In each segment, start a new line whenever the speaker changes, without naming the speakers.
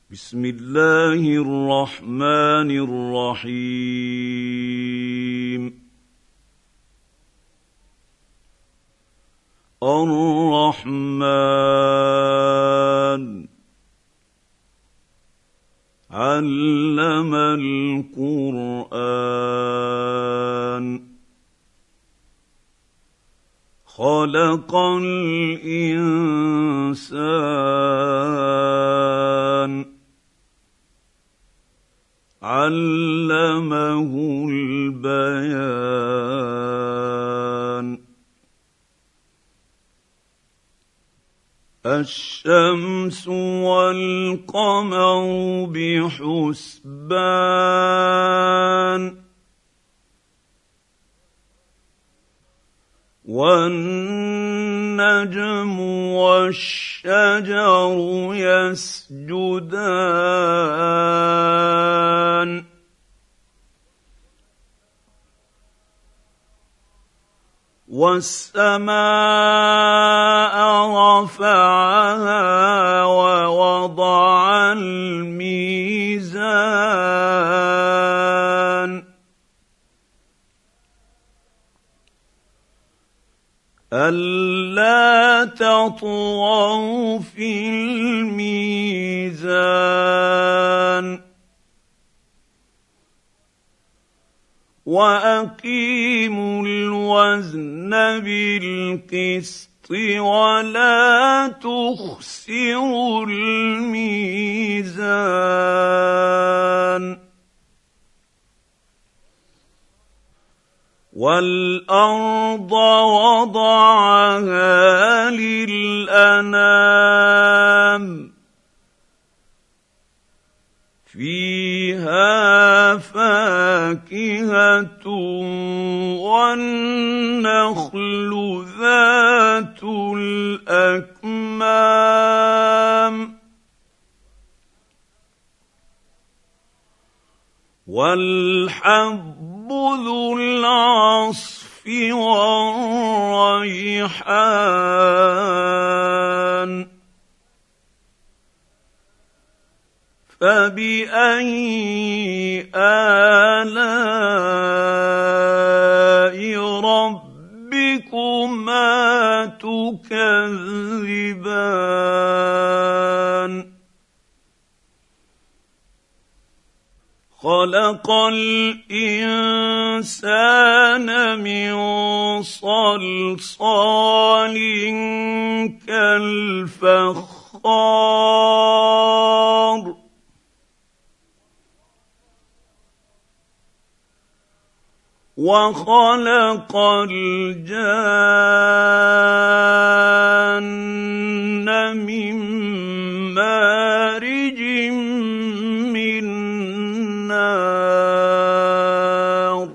بسم الله الرحمن الرحيم الرحمن علم القرآن خلق الإنسان علمه البيان الشمس والقمر بحسبان والنجم والشجر يسجدان والسماء رفعها ووضع الميزان ألا تطغوا في الميزان وأقيموا الوزن بالقسط ولا تخسروا الميزان والأرض وضعها للأنام فيها فاكهة والنخل ذات الأكمام والحب ذو العصف والريحان فبأي آلاء ربكما تكذبان خلق الإنسان من صلصال كالفخار وخلق الجان من مارج من نار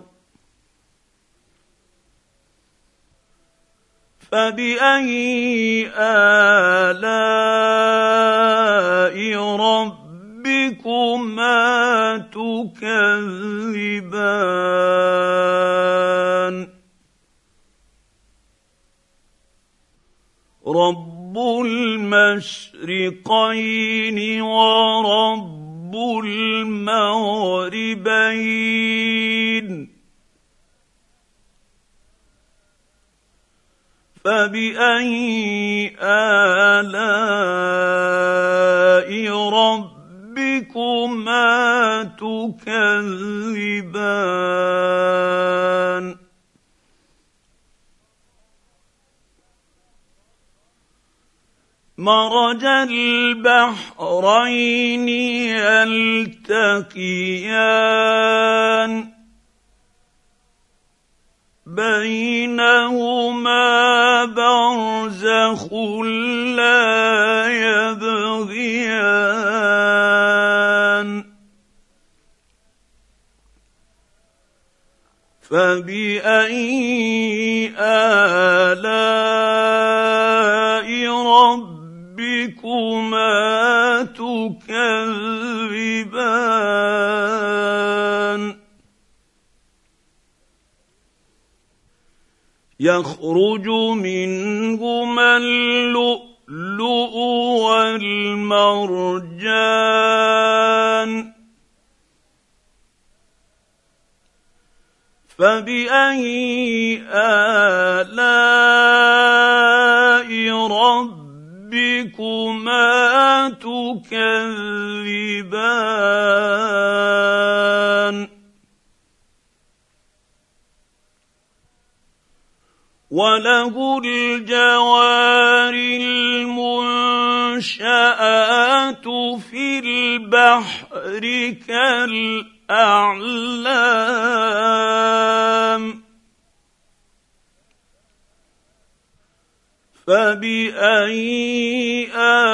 فبأي آلاء ربكما تكذبان رب المشرقين ورب المغربين فبأي آلاء ربكما تكذبان مرج البحرين يلتقيان بينهما برزخ لا يبغيان فبأي آلاء ربكما تكذبان يخرج منهما اللؤلؤ اللؤلؤ والمرجان فبأي آلاء ربكما تكذبان وله الجوار المنشآت في البحر كالأعلام فبأي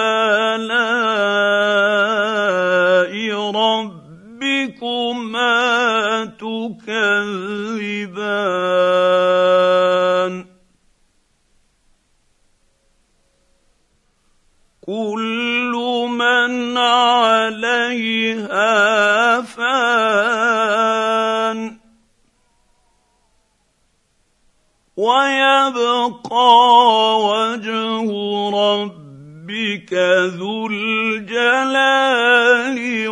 آلاء ربكما تكذبان كل من عليها فان ويبقى وجه ربك ذو الجلال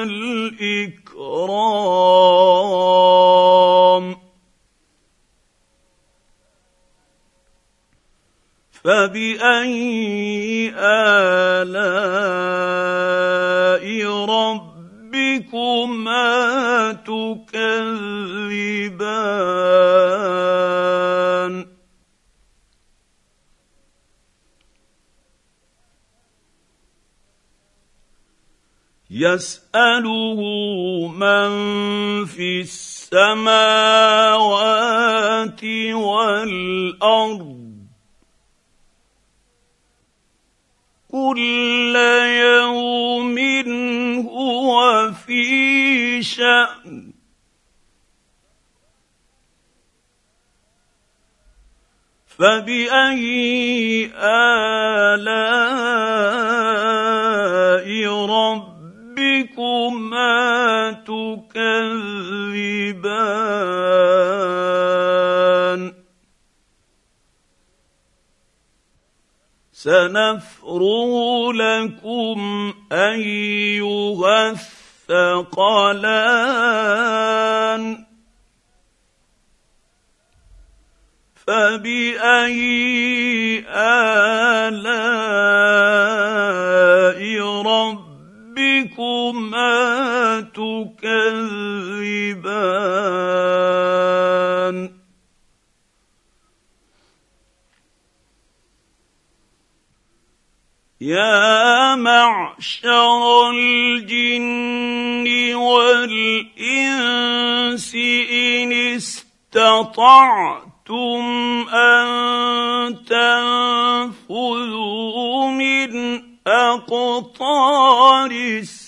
والإكرام فبأي آلاء ربكما تكذبان يسأله من في السماوات والأرض كل يوم هو في شأن فبأي آلاء ربكما تكذبان سنفرغ لكم أيها الثقلان فبأي آلاء ربكما تكذبان يا معشر الجن والإنس إن استطعتم أن تنفذوا من أقطار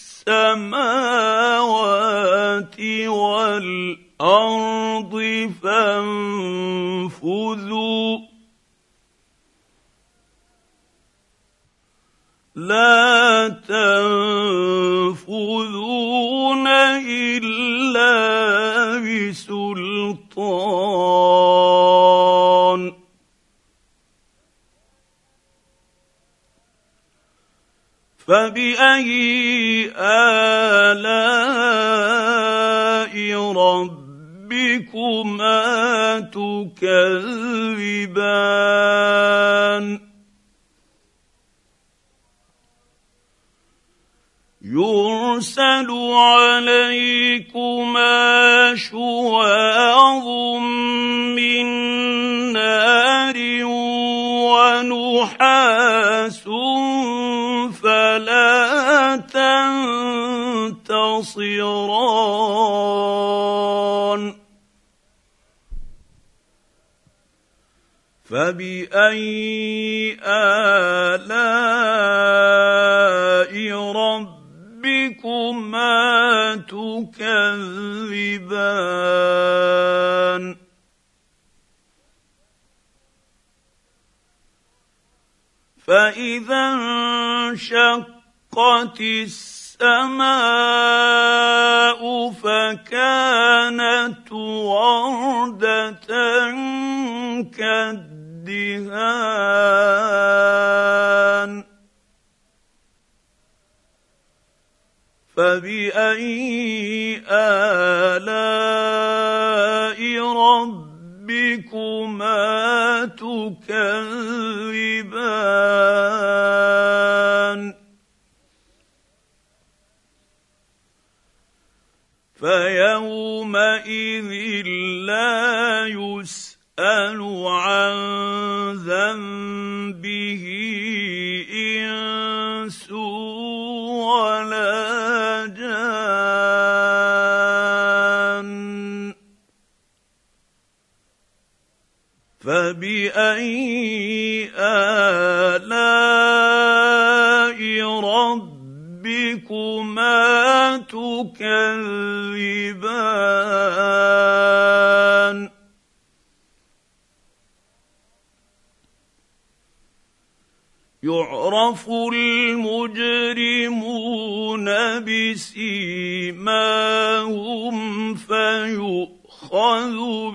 السماوات والأرض فانفذوا لا تنفذون إلا بسلطان فبأي آلاء ربكما تكذبان يرسل عليكما شواظ من نار ونحاس فلا تنتصران فبأي آلاء ربكما تكذبان فإذا انشقت السماء فكانت وردة كالدهان الدهان فبأي آلاء ربكما تكذبان فيومئذ لا يسأل عن ذنبه إنس ولا جان فبأي آلاء ربكما تكذبان يعرف المجرمون بسيماهم فيؤخذ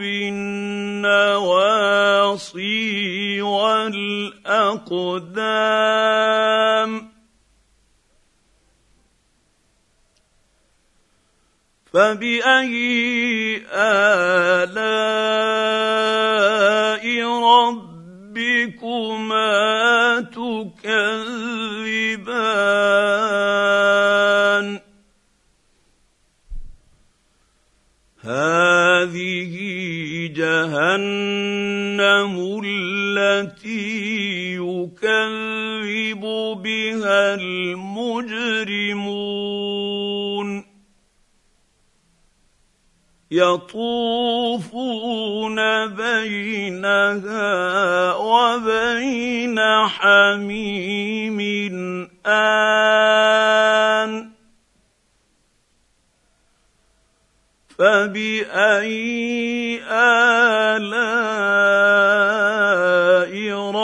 بالنواصي والأقدام فبأي آلاء ربكما تكذبان هذه جهنم التي يكذب بها المجرمون يطوفون بينها وبين حميم آن فبأي آلاء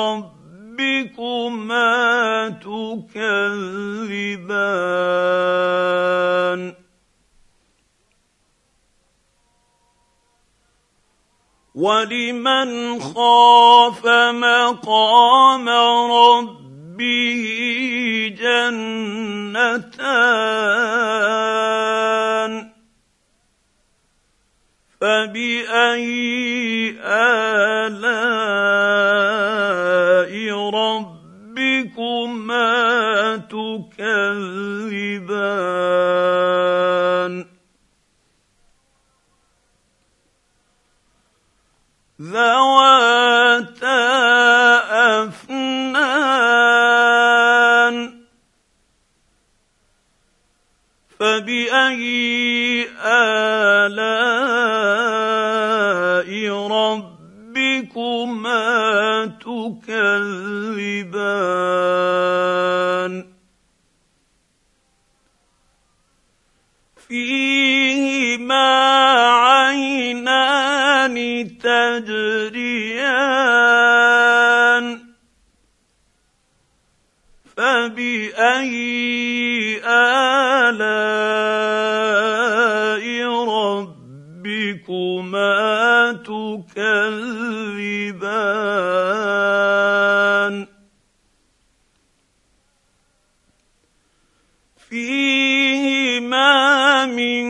ربكما تكذبان ولمن خاف مقام ربه جنتان فبأي آلاء ربكما تكذبان ذواتا أفنان فبأي آلاء ربكما تكذبان فيهما عينان تجريان فبأي آلاء ربكما تكذبان فيهما من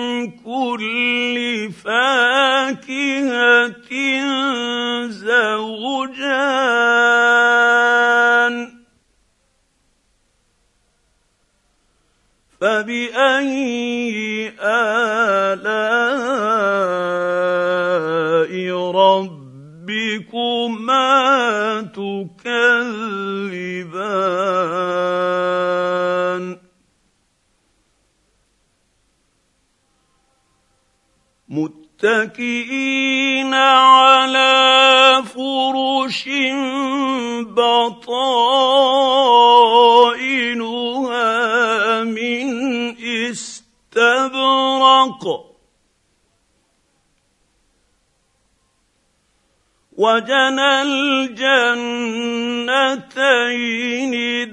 كل فاكهة زوجان فبأي آلاء ربكما تكذبان متكئين على فرش بطائنها من استبرق وجنى الجنتين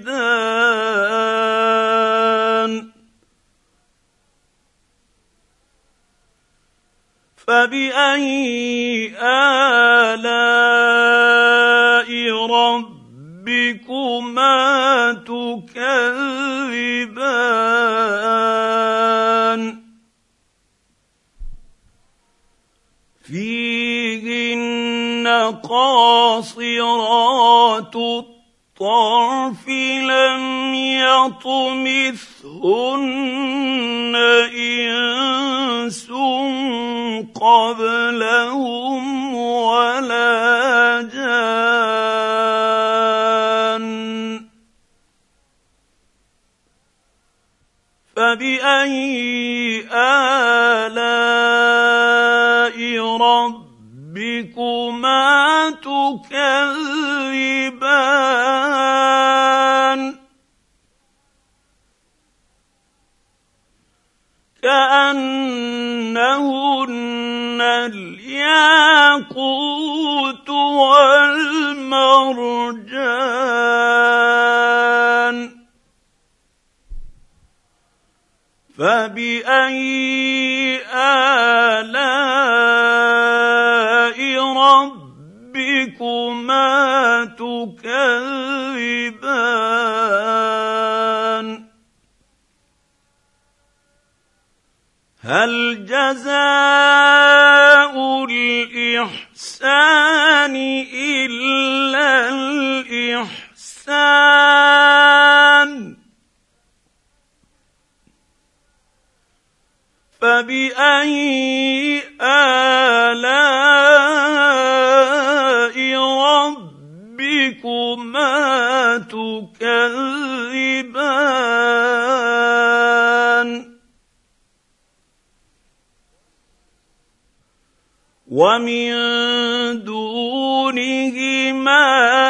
دان فبأي آلاء تكذبان فيهن قاصرات الطرف لم يطمثهن إنس قبلهم ولا جان فبأي آلاء ربكما تكذبان كأنهن الياقوت والمرجان فبأي آلاء ربكما تكذبان هل جزاء الإحسان إلا الإحسان فبأي آلاء ربكما تكذبان ومن دونهما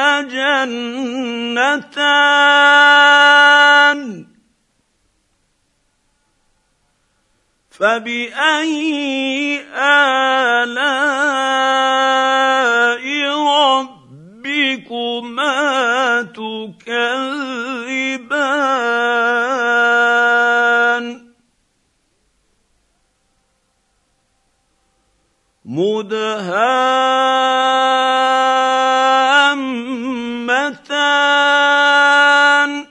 جنتان فبأي آلاء ربكما تكذبان مدهامتان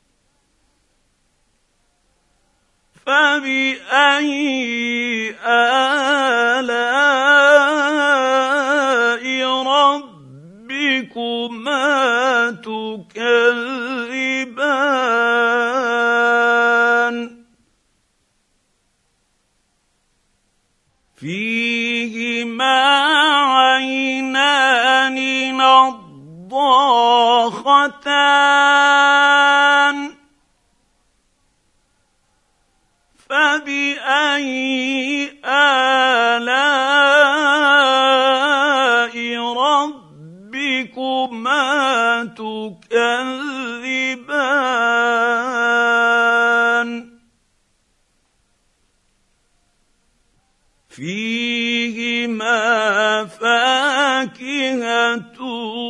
فبأي آلاء ربكما تكذبان فيهما عينان نضاختان فبأي آلاء ربكما تكذبان فيهما فاكهة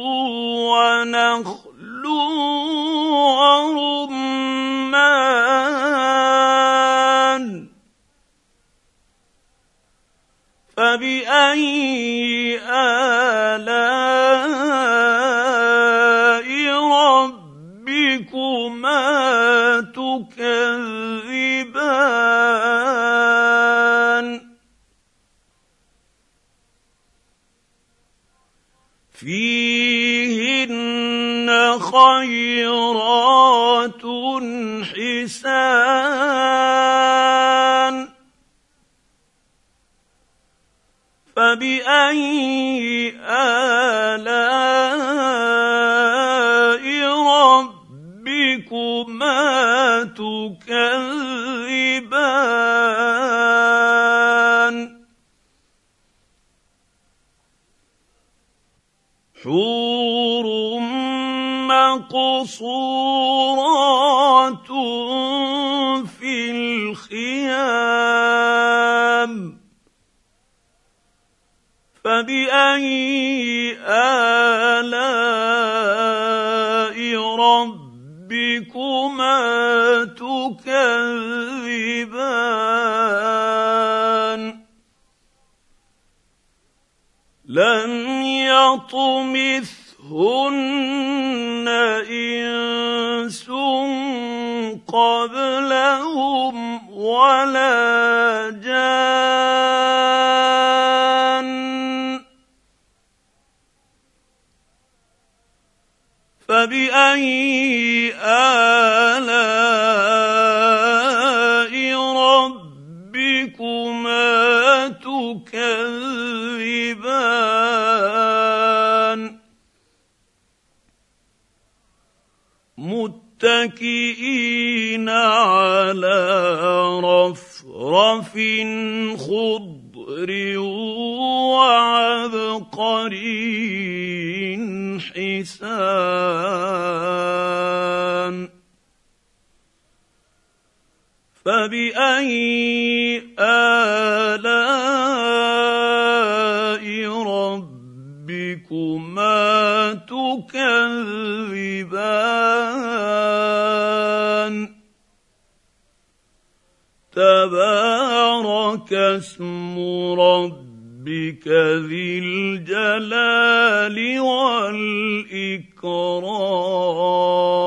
ونخل ورمان فبأي آلاء ربكما تكذبان فيهن خيرات حسان فبأي آلاء ربكما تكذبان حور مقصورات في الخيام فبأي آلاء ربكما تكذبان لم يطمثهن إنس قبلهم ولا جان فبأي آلاء ربكما تكذبان متكئين على رفرف خضر وعبقري حسان فبأي آلاء ربكما تكذبان تبارك اسم ربك ذي الجلال والإكرام